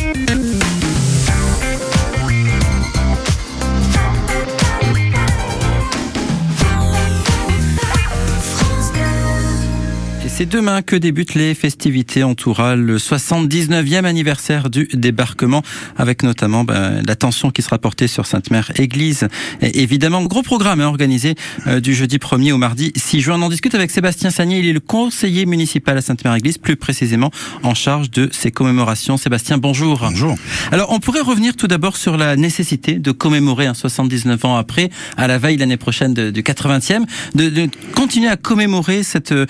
C'est demain que débutent les festivités entourant le 79e anniversaire du débarquement, avec notamment l'attention qui sera portée sur Sainte-Mère-Église. Et évidemment, gros programme organisé du jeudi 1er au mardi 6 juin. On en discute avec Sébastien Sagnier, il est le conseiller municipal à Sainte-Mère-Église, plus précisément en charge de ces commémorations. Sébastien, bonjour. Bonjour. Alors, on pourrait revenir tout d'abord sur la nécessité de commémorer 79 ans après, à la veille l'année prochaine du 80e, de continuer à commémorer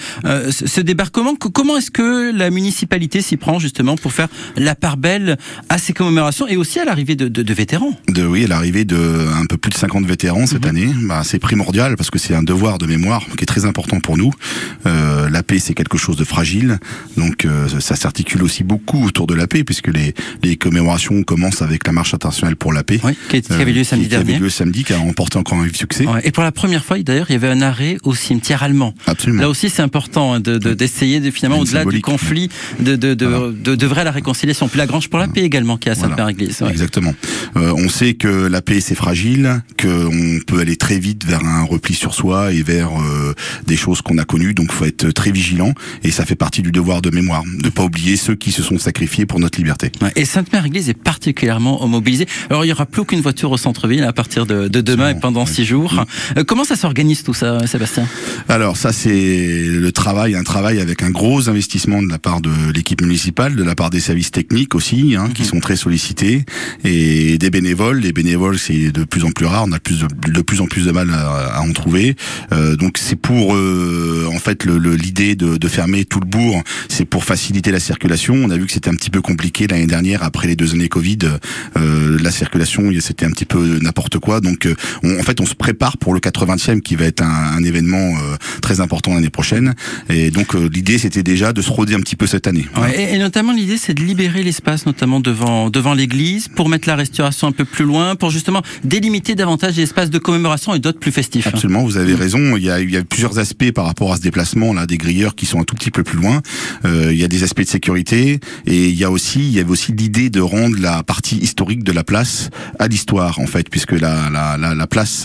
ce débarquement. Comment est-ce que la municipalité s'y prend justement pour faire la part belle à ces commémorations et aussi à l'arrivée de vétérans? Oui, à l'arrivée de un peu plus de 50 vétérans cette année. C'est primordial parce que c'est un devoir de mémoire qui est très important pour nous. La paix, c'est quelque chose de fragile, donc ça s'articule aussi beaucoup autour de la paix puisque les commémorations commencent avec la marche internationale pour la paix, qui avait lieu samedi dernier. Qui avait lieu samedi, qui a remporté encore un vif succès. Ouais, et pour la première fois, d'ailleurs, il y avait un arrêt au cimetière allemand. Absolument. Là aussi, c'est important d'essayer finalement au-delà du conflit d'œuvrer à la réconciliation. Puis la Grange pour la paix également qui est à Sainte-Mère-Église. Ouais. Exactement. On sait que la paix c'est fragile, qu'on peut aller très vite vers un repli sur soi et vers des choses qu'on a connues. Donc faut être très vigilant et ça fait partie du devoir de mémoire, de pas oublier ceux qui se sont sacrifiés pour notre liberté. Ouais, et Sainte-Mère-Église est particulièrement mobilisée. Alors il y aura plus aucune voiture au centre-ville à partir de demain et pendant 6 jours. Comment ça s'organise tout ça, Sébastien? Alors ça c'est un travail avec un gros investissement de la part de l'équipe municipale, de la part des services techniques aussi, qui sont très sollicités, et des bénévoles. Les bénévoles, c'est de plus en plus rare, on a de plus en plus de mal à en trouver. Donc c'est pour en fait l'idée de fermer tout le bourg, c'est pour faciliter la circulation. On a vu que c'était un petit peu compliqué l'année dernière après les 2 années Covid. La circulation, c'était un petit peu n'importe quoi. Donc en fait on se prépare pour le 80e qui va être un événement très important l'année prochaine. Et donc l'idée c'était déjà de se roder un petit peu cette année. Ouais, et notamment l'idée c'est de libérer l'espace notamment devant l'église pour mettre la restauration un peu plus loin, pour justement délimiter davantage les espaces de commémoration et d'autres plus festifs. Absolument, vous avez raison. Il y a plusieurs aspects par rapport à ce déplacement là, des grilleurs qui sont un tout petit peu plus loin. Il y a des aspects de sécurité et il y avait aussi l'idée de rendre la partie historique de la place à l'histoire en fait, puisque la place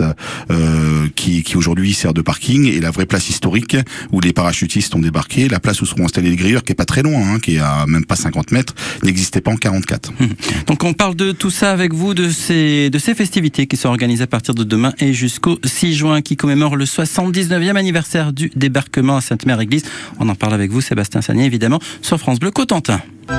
qui aujourd'hui sert de parking est la vraie place historique où les parachutistes ont débarqué. La place où seront installés les grilleurs, qui est pas très loin, qui est à même pas 50 mètres, n'existait pas en 44. Donc on parle de tout ça avec vous, de ces festivités qui sont organisées à partir de demain et jusqu'au 6 juin, qui commémorent le 79e anniversaire du débarquement à Sainte-Mère-Église. On en parle avec vous, Sébastien Sagnier, évidemment, sur France Bleu Cotentin.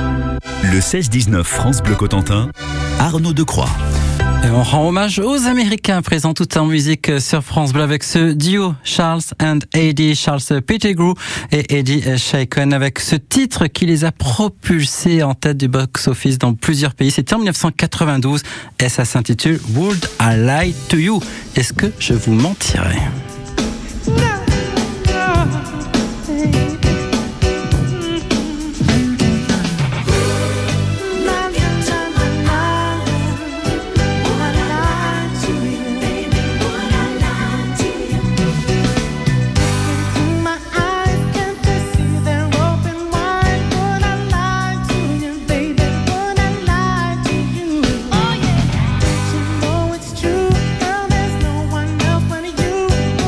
Le 16-19 France Bleu Cotentin, Arnaud Decroix. Et on rend hommage aux Américains présents tout en musique sur France Bleu avec ce duo Charles and Eddie, Charles Pettigrew et Eddie Shaken, avec ce titre qui les a propulsés en tête du box-office dans plusieurs pays. C'était en 1992 et ça s'intitule Would I Lie to You? Est-ce que je vous mentirais? True, girl, there's no one else but you.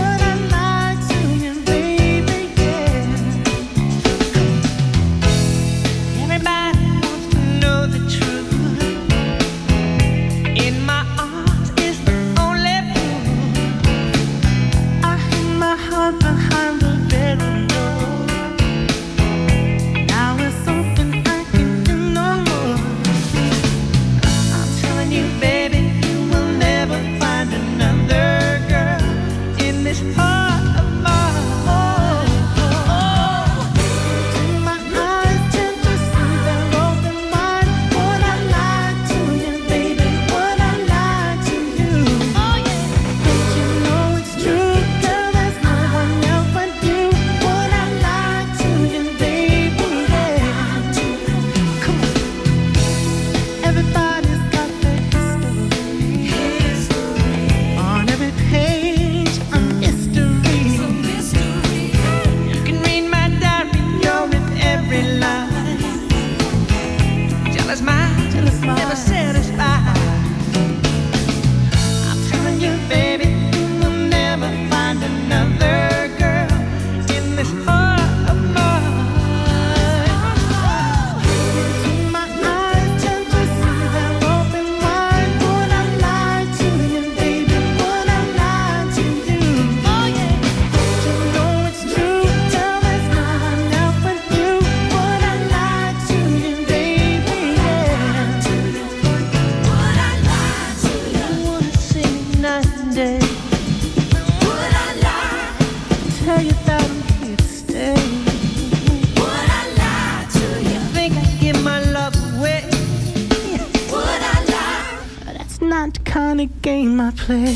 not the kind of game I play.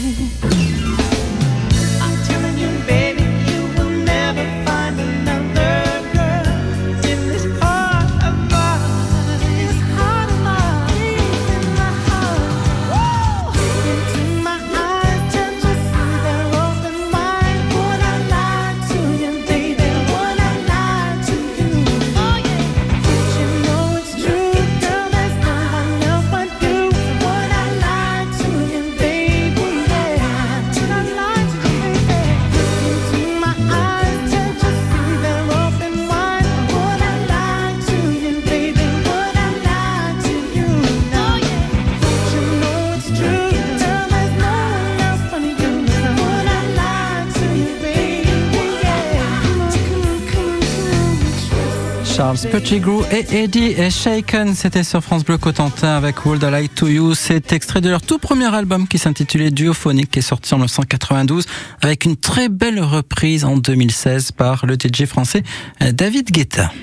I'm telling you, baby, you will never find another girl in this heart of mine. This heart of mine, in my heart. Into my eyes, can't you see they're open wide? Would I lie to you, baby? Would I lie to you? Oh yeah. You know it's true, girl. There's no one else but you. Would I lie to you, baby? Yeah. Would I lie to you, baby? Into my eyes, can't you see they're open wide? Would I lie to you, baby? Would I lie to you? Oh yeah. You know it's true, girl. There's no one else but you. Would I lie to you, baby? Yeah. Come on. Charles Pettigrew et Eddie Shaken, c'était sur France Bleu Cotentin avec Would I Lie to You. C'est extrait de leur tout premier album qui s'intitulait Duophonique, qui est sorti en 1992 avec une très belle reprise en 2016 par le DJ français David Guetta.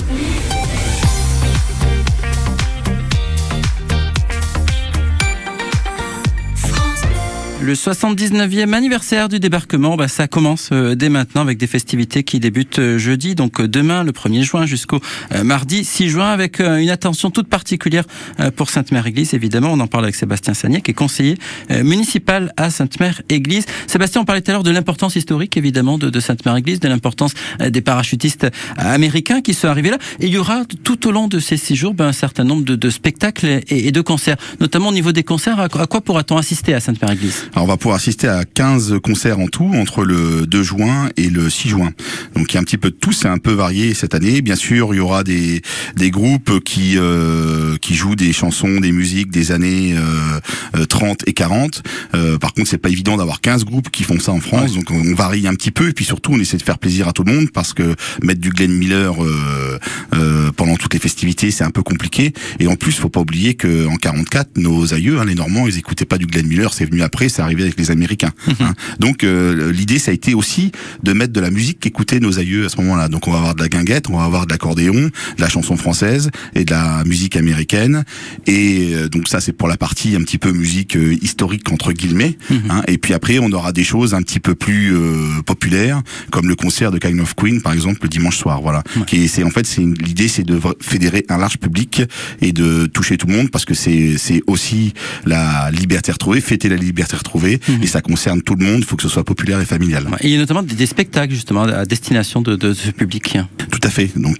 Le 79e anniversaire du débarquement, ça commence dès maintenant avec des festivités qui débutent jeudi, donc demain le 1er juin jusqu'au mardi 6 juin avec une attention toute particulière pour Sainte-Mère-Église. Évidemment, on en parle avec Sébastien Sagnier qui est conseiller municipal à Sainte-Mère-Église. Sébastien, on parlait tout à l'heure de l'importance historique évidemment de Sainte-Mère-Église, de l'importance des parachutistes américains qui sont arrivés là. Et il y aura tout au long de ces 6 jours un certain nombre de spectacles et de concerts, notamment au niveau des concerts. À quoi pourra-t-on assister à Sainte-Mère-Église ? Alors on va pouvoir assister à 15 concerts en tout entre le 2 juin et le 6 juin. Donc il y a un petit peu de tout, c'est un peu varié cette année. Bien sûr, il y aura des groupes qui jouent des chansons, des musiques des années 30 et 40. Par contre, c'est pas évident d'avoir 15 groupes qui font ça en France. Ouais. Donc on varie un petit peu et puis surtout on essaie de faire plaisir à tout le monde parce que mettre du Glenn Miller pendant toutes les festivités, c'est un peu compliqué. Et en plus, faut pas oublier que en 44, nos aïeux, les Normands, ils écoutaient pas du Glenn Miller, c'est venu après, c'est arrivé avec les Américains. Donc l'idée, ça a été aussi de mettre de la musique qu'écoutaient nos aïeux à ce moment-là. Donc on va avoir de la guinguette, on va avoir de l'accordéon, de la chanson française et de la musique américaine. Et donc ça, c'est pour la partie un petit peu musique historique entre guillemets. Et puis après, on aura des choses un petit peu plus populaires, comme le concert de Kind of Queen, par exemple, le dimanche soir. Voilà. Ouais. L'idée, c'est de fédérer un large public et de toucher tout le monde parce que c'est aussi la liberté retrouvée, fêter la liberté retrouvée. Et ça concerne tout le monde, il faut que ce soit populaire et familial. Et il y a notamment des spectacles justement à destination de ce public. Tout à fait. Donc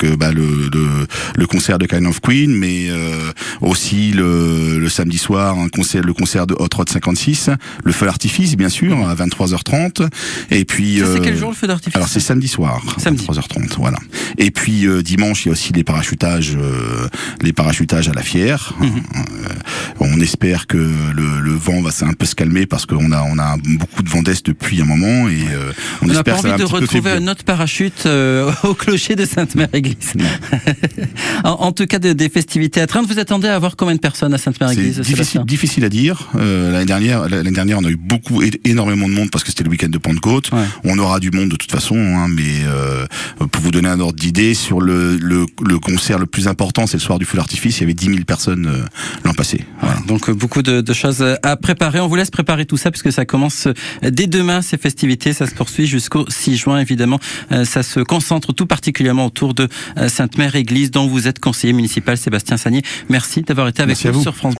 le concert de Kind of Queen, mais aussi le samedi soir le concert de Hot Rod 56, le feu d'artifice bien sûr à 23h30. Et puis c'est quel jour le feu d'artifice? Alors c'est samedi soir, à 23h30, voilà. Et puis dimanche il y a aussi les parachutages à la Fière. On espère que le vent va un peu se calmer parce qu'on a beaucoup de vent d'est depuis un moment et on espère que ça va un petit peu faiblir. On n'a pas envie de retrouver un autre parachute au clocher de Sainte-Mère-Église. En tout cas, des festivités à Trente, vous attendez à avoir combien de personnes à Sainte-Mère-Église? C'est difficile à dire. L'année dernière, on a eu énormément de monde parce que c'était le week-end de Pentecôte. Ouais. On aura du monde de toute façon, mais pour vous donner un ordre d'idée, sur le concert le plus important, c'est le soir du feu d'artifice. Il y avait 10 000 personnes l'an passé. Voilà. Donc beaucoup de choses à préparer. On vous laisse préparer tout ça puisque ça commence dès demain, ces festivités. Ça se poursuit jusqu'au 6 juin, évidemment. Ça se concentre tout particulièrement autour de Sainte-Mère-Église, dont vous êtes conseiller municipal, Sébastien Sagnier. Merci d'avoir été avec nous sur France.